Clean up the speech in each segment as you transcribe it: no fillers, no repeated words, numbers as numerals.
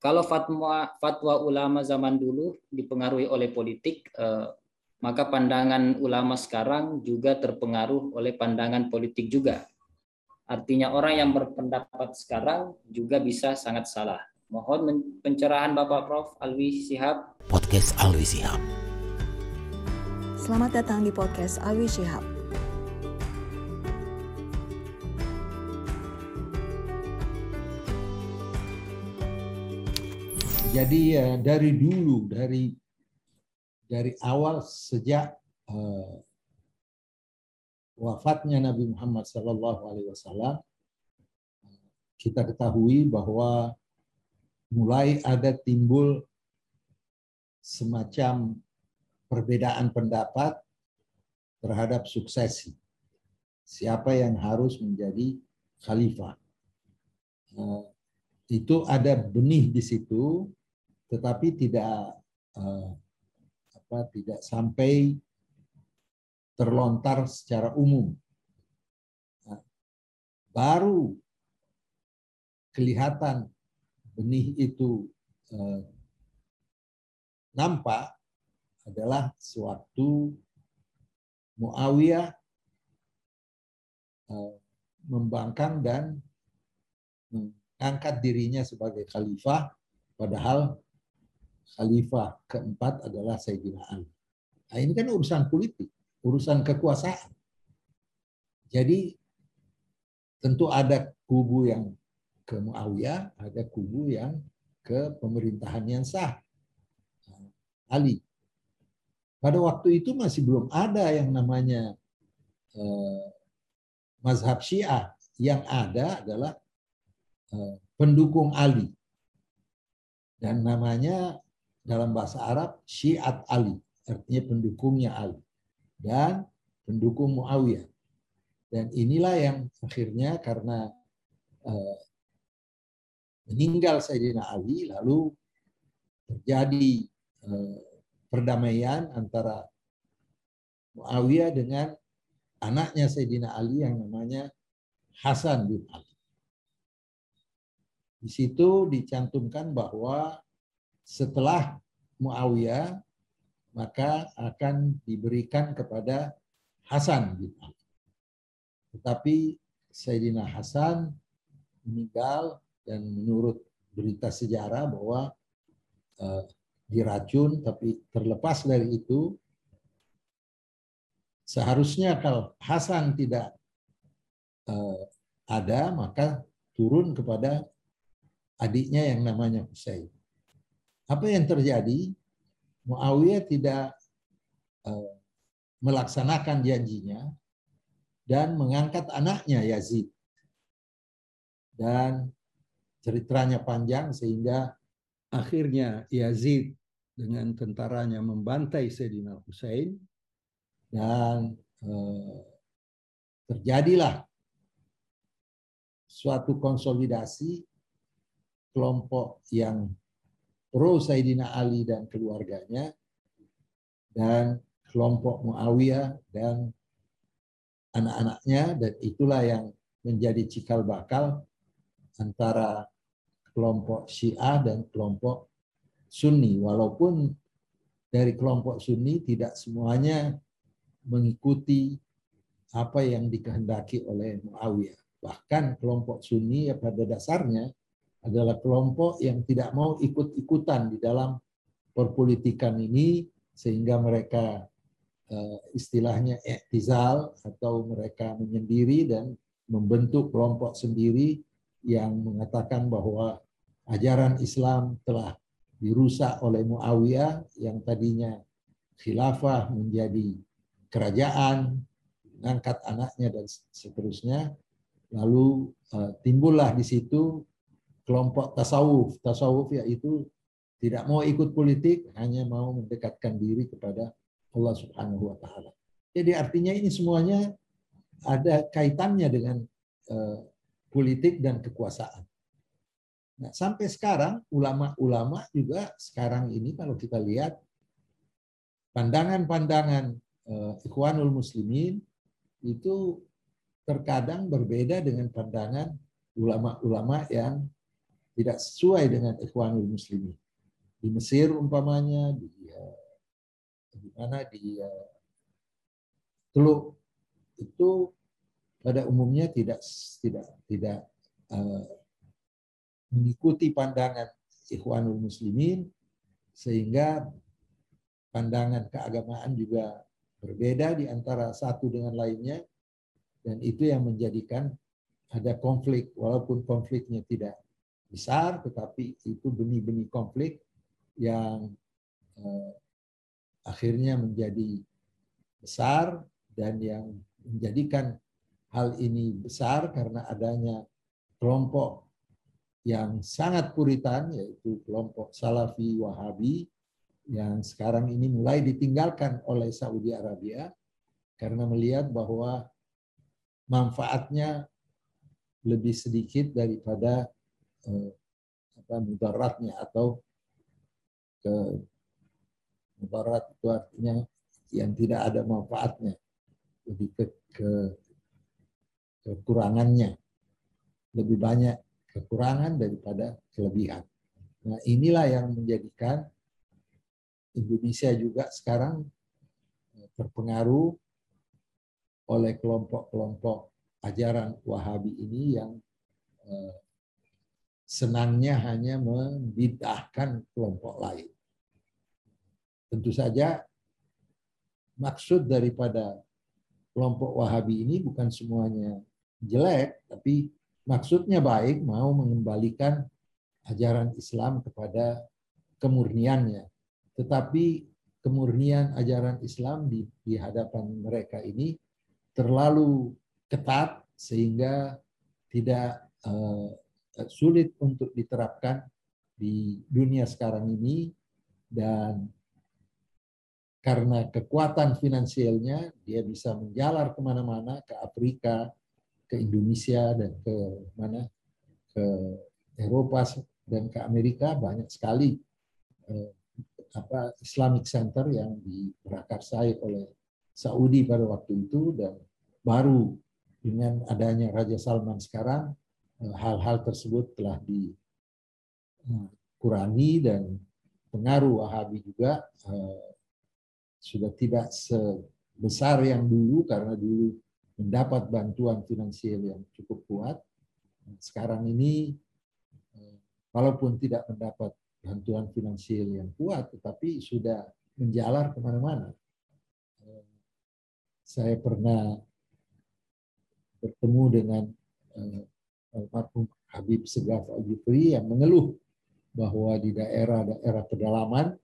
kalau fatwa ulama zaman dulu dipengaruhi oleh politik, maka pandangan ulama sekarang juga terpengaruh oleh pandangan politik juga. Artinya orang yang berpendapat sekarang juga bisa sangat salah. Mohon pencerahan Bapak Prof. Alwi Shihab. Podcast Alwi Shihab. Selamat datang di podcast Alwi Shihab. Jadi dari dulu, dari awal sejak wafatnya Nabi Muhammad SAW, kita ketahui bahwa mulai ada timbul semacam perbedaan pendapat terhadap suksesi. Siapa yang harus menjadi khalifah. Itu ada benih di situ, tetapi tidak sampai terlontar secara umum. Baru kelihatan benih itu nampak adalah sewaktu Muawiyah membangkang dan mengangkat dirinya sebagai khalifah, padahal khalifah keempat adalah Sayyidina Ali. Nah, ini kan urusan politik, urusan kekuasaan. Jadi tentu ada kubu yang ke Muawiyah, ada kubu yang ke pemerintahan yang sah, Ali. Pada waktu itu masih belum ada yang namanya mazhab Syiah. Yang ada adalah pendukung Ali. Dan namanya dalam bahasa Arab Syiat Ali, artinya pendukungnya Ali. Dan pendukung Muawiyah. Dan inilah yang akhirnya karena meninggal Sayyidina Ali, lalu terjadi perdamaian antara Muawiyah dengan anaknya Sayyidina Ali yang namanya Hasan bin Ali. Di situ dicantumkan bahwa setelah Muawiyah maka akan diberikan kepada Hasan bin Ali. Tetapi Sayyidina Hasan meninggal dan menurut berita sejarah bahwa diracun, tapi terlepas dari itu seharusnya kalau Hasan tidak ada maka turun kepada adiknya yang namanya Husain. Apa yang terjadi? Muawiyah tidak melaksanakan janjinya dan mengangkat anaknya Yazid. Dan ceritanya panjang sehingga akhirnya Yazid dengan tentaranya membantai Sayyidina Husain dan terjadilah suatu konsolidasi kelompok yang pro Sayyidina Ali dan keluarganya dan kelompok Muawiyah dan anak-anaknya, dan itulah yang menjadi cikal bakal antara kelompok Syiah dan kelompok Sunni, walaupun dari kelompok Sunni tidak semuanya mengikuti apa yang dikehendaki oleh Muawiyah. Bahkan kelompok Sunni ya pada dasarnya adalah kelompok yang tidak mau ikut-ikutan di dalam perpolitikan ini, sehingga mereka istilahnya i'tizal atau mereka menyendiri dan membentuk kelompok sendiri yang mengatakan bahwa ajaran Islam telah dirusak oleh Muawiyah yang tadinya khilafah menjadi kerajaan, mengangkat anaknya dan seterusnya. Lalu timbullah di situ kelompok tasawuf. Tasawuf yaitu tidak mau ikut politik, hanya mau mendekatkan diri kepada Allah Subhanahu wa taala. Jadi artinya ini semuanya ada kaitannya dengan politik dan kekuasaan. Nah, sampai sekarang ulama-ulama juga sekarang ini kalau kita lihat pandangan-pandangan Ikhwanul Muslimin itu terkadang berbeda dengan pandangan ulama-ulama yang tidak sesuai dengan Ikhwanul Muslimin. Di Mesir umpamanya, di Teluk itu pada umumnya tidak mengikuti pandangan Ikhwanul Muslimin, sehingga pandangan keagamaan juga berbeda di antara satu dengan lainnya, dan itu yang menjadikan ada konflik, walaupun konfliknya tidak besar, tetapi itu benih-benih konflik yang akhirnya menjadi besar, dan yang menjadikan hal ini besar karena adanya kelompok yang sangat puritan, yaitu kelompok Salafi Wahabi, yang sekarang ini mulai ditinggalkan oleh Saudi Arabia karena melihat bahwa manfaatnya lebih sedikit daripada mudaratnya, atau mudarat itu artinya yang tidak ada manfaatnya, lebih kekurangannya, lebih banyak kekurangan daripada kelebihan. Nah, inilah yang menjadikan Indonesia juga sekarang terpengaruh oleh kelompok-kelompok ajaran Wahabi ini yang senangnya hanya membid'ahkan kelompok lain. Tentu saja maksud daripada kelompok Wahabi ini bukan semuanya jelek, tapi maksudnya baik, mau mengembalikan ajaran Islam kepada kemurniannya. Tetapi kemurnian ajaran Islam di hadapan mereka ini terlalu ketat sehingga tidak sulit untuk diterapkan di dunia sekarang ini, dan karena kekuatan finansialnya dia bisa menjalar kemana-mana, ke Afrika, ke Indonesia, dan ke Eropa dan ke Amerika. Banyak sekali Islamic Center yang diprakarsai oleh Saudi pada waktu itu, dan baru dengan adanya Raja Salman sekarang hal-hal tersebut telah dikurangi, dan pengaruh Wahabi juga sudah tidak sebesar yang dulu, karena dulu mendapat bantuan finansial yang cukup kuat. Sekarang ini walaupun tidak mendapat bantuan finansial yang kuat, tetapi sudah menjalar kemana-mana. Saya pernah bertemu dengan almarhum Habib Segaf Al-Jufri yang mengeluh bahwa di daerah-daerah pedalaman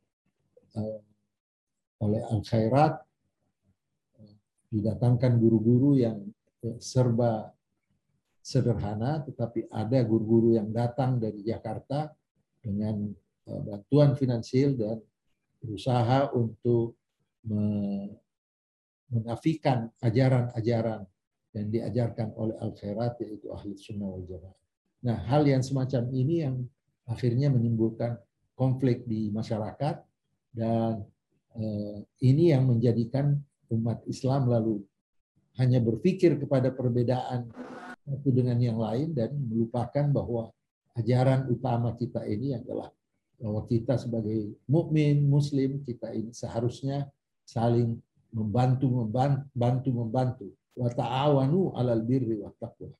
oleh Al-Khairat didatangkan guru-guru yang serba sederhana, tetapi ada guru-guru yang datang dari Jakarta dengan bantuan finansial dan berusaha untuk menafikan ajaran-ajaran yang diajarkan oleh Al-Khairat, yaitu Ahli Sunnah wal Jamaah. Nah, hal yang semacam ini yang akhirnya menimbulkan konflik di masyarakat, dan ini yang menjadikan umat Islam lalu hanya berpikir kepada perbedaan satu dengan yang lain, dan melupakan bahwa ajaran utama kita ini adalah bahwa kita sebagai mukmin Muslim, kita ini seharusnya saling membantu. Wa ta'awanu 'alal birri wat taqwa.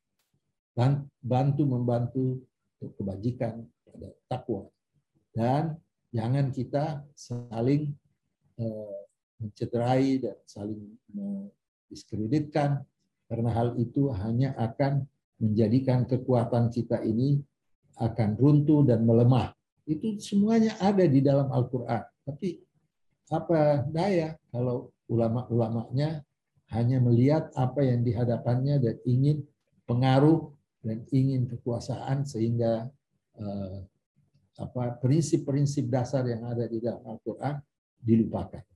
Bantu untuk kebajikan dan takwa. Dan jangan kita saling mencederai dan saling mendiskreditkan, karena hal itu hanya akan menjadikan kekuatan kita ini akan runtuh dan melemah. Itu semuanya ada di dalam Al-Quran. Tapi apa daya kalau ulama-ulamanya hanya melihat apa yang dihadapannya dan ingin pengaruh dan ingin kekuasaan, sehingga prinsip-prinsip dasar yang ada di dalam Al-Quran dilupakan.